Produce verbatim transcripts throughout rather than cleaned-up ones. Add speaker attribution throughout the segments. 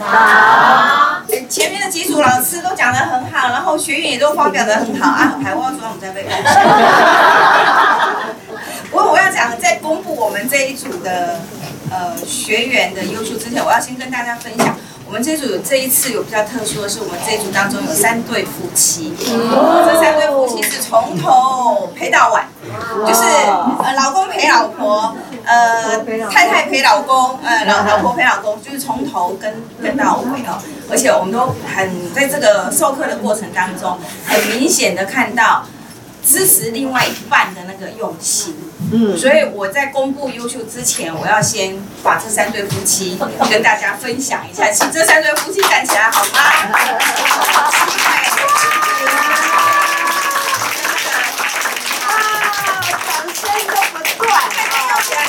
Speaker 1: 好。前面的几组老师都讲得很好，然后学员也都发表得很好啊。台湾说我们在被看。不过我要讲，在公布我们这一组的呃学员的优秀之前，我要先跟大家分享。我们这组有这一次有比较特殊的是，我们这一组当中有三对夫妻，这三对夫妻是从头陪到晚，就是呃老公陪老婆，呃太太陪老公，呃老老婆陪老公，就是从头跟跟到尾哦。而且我们都很在这个授课的过程当中，很明显的看到支持另外一半的那个用心。嗯，所以我在公布优秀之前，我要先把这三对夫妻跟大家分享一下，请这三对夫妻站起来好吗？掌声都不断，要起来。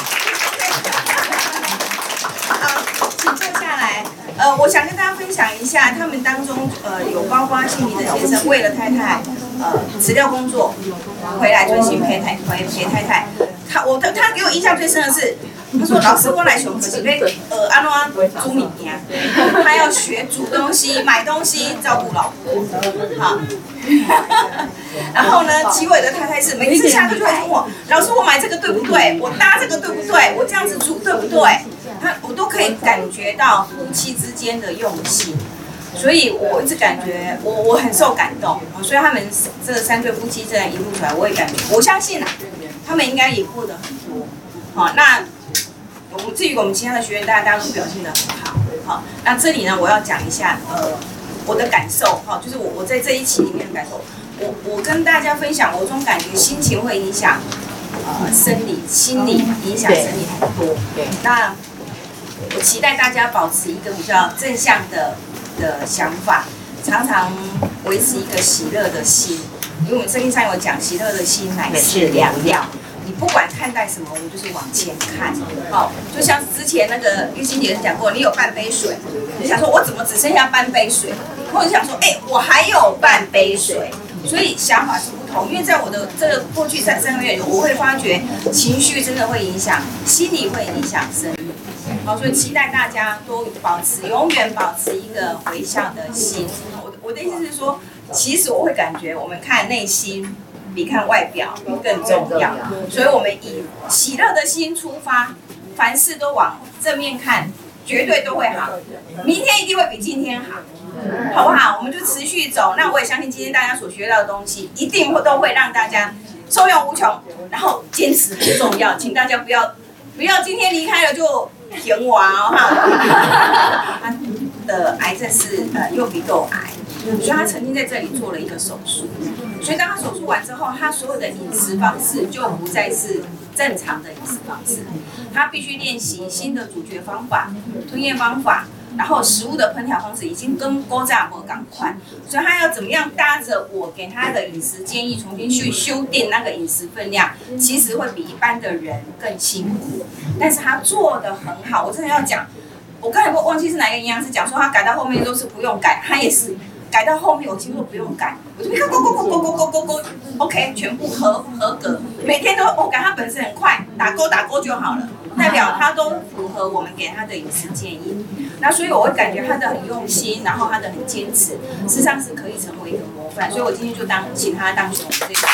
Speaker 1: 好，请坐下来。呃，我想跟大家分享一下，他们当中呃有包括姓李的先生为了太太呃辞掉工作回来专心陪太陪陪太太。他我他他给我印象最深的是，他说老师我来熊自己被呃安怎煮米呀，他要学煮东西、买东西、照顾老婆，好。然后呢，齐伟的太太是每次下课就会问我，老师我买这个对不对？我搭这个对不对？我这样子煮对不对？他我都可以感觉到夫妻之间的用心。所以我一直感觉我我很受感动，所以他们这三对夫妻这样一路出来，我也感觉我相信啊，他们应该也过得很多。好，那我们至于我们其他的学员，大家大家都表现得很好。好，那这里呢，我要讲一下呃我的感受，哈，就是我我在这一期里面的感受，我我跟大家分享，我总感觉心情会影响呃生理、心理影响生理很多。对，那我期待大家保持一个比较正向的。的想法，常常维持一个喜乐的心，因为我们圣经上有讲，喜乐的心乃是良药。你不管看待什么，我们就是往前看。好，就像之前那个玉欣姐讲过，你有半杯水，你想说我怎么只剩下半杯水，或者想说，哎、欸，我还有半杯水。所以想法是不同，因为在我的这个过去三三个月里，我会发觉情绪真的会影响，心理会影响生理。好，所以期待大家都保持，永远保持一个微笑的心。我我的意思是说，其实我会感觉，我们看内心比看外表更重要。所以我们以喜乐的心出发，凡事都往正面看，绝对都会好。明天一定会比今天好，好不好？我们就持续走。那我也相信今天大家所学到的东西，一定会都会让大家受用无穷。然后坚持很重要，请大家不要不要今天离开了就。甜娃哦哈，他的癌症是呃右鼻窦癌，所以他曾经在这里做了一个手术。所以当他手术完之后，他所有的饮食方式就不再是正常的饮食方式，他必须练习新的咀嚼方法、吞咽方法，然后食物的烹调方式已经跟古早无同款，所以他要怎么样搭着我给他的饮食建议，重新去修订那个饮食分量，其实会比一般的人更辛苦。但是他做得很好，我真的要讲，我刚才忘记是哪个营养师讲说他改到后面都是不用改，他也是改到后面我几乎不用改，我就看勾勾勾勾勾勾勾勾 ，OK， 全部合合格，每天都我改，他本身很快，打勾打勾就好了，代表他都符合我们给他的饮食建议。那所以我会感觉他的很用心，然后他的很坚持，事实上是可以成为一个模范。所以我今天就当请他当成我们这个。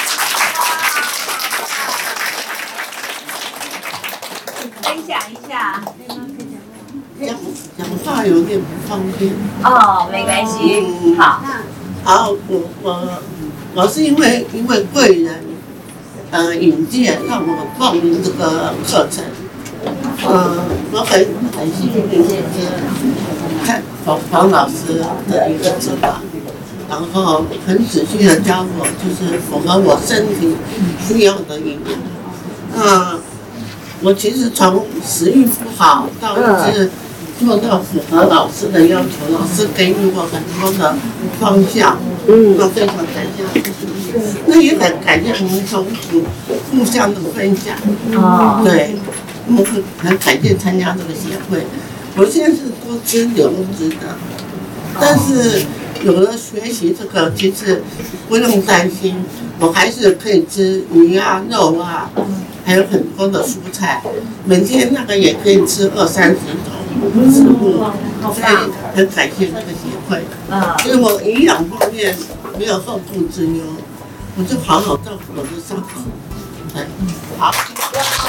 Speaker 2: 分享一下。
Speaker 3: 讲讲话有点不方便。
Speaker 2: 哦，没关系。嗯、好。
Speaker 3: 好，我我我是因为因为贵人，呃引荐让我报名这个课程。呃，我很很幸运看黄黄老师的一个指导，然后很仔细的教我，就是符合我身体需要的营养。那我其实从食欲不好到一直做到符合老师的要求，老师给予我很多的方向，嗯，我非常感谢。那也很感谢我们从互相的分享，哦，对，我很很感谢参加这个协会。我现在是多吃流质的，但是有了学习这个，其实不用担心，我还是可以吃鱼啊、肉啊。还有很多的蔬菜，每天那个也可以吃二三十种食物， 所以
Speaker 2: 棒，
Speaker 3: 很感谢这个协会。
Speaker 2: 嗯，
Speaker 3: 因为我营养方面没有后顾之忧，我就好好照顾我的伤口。对，好。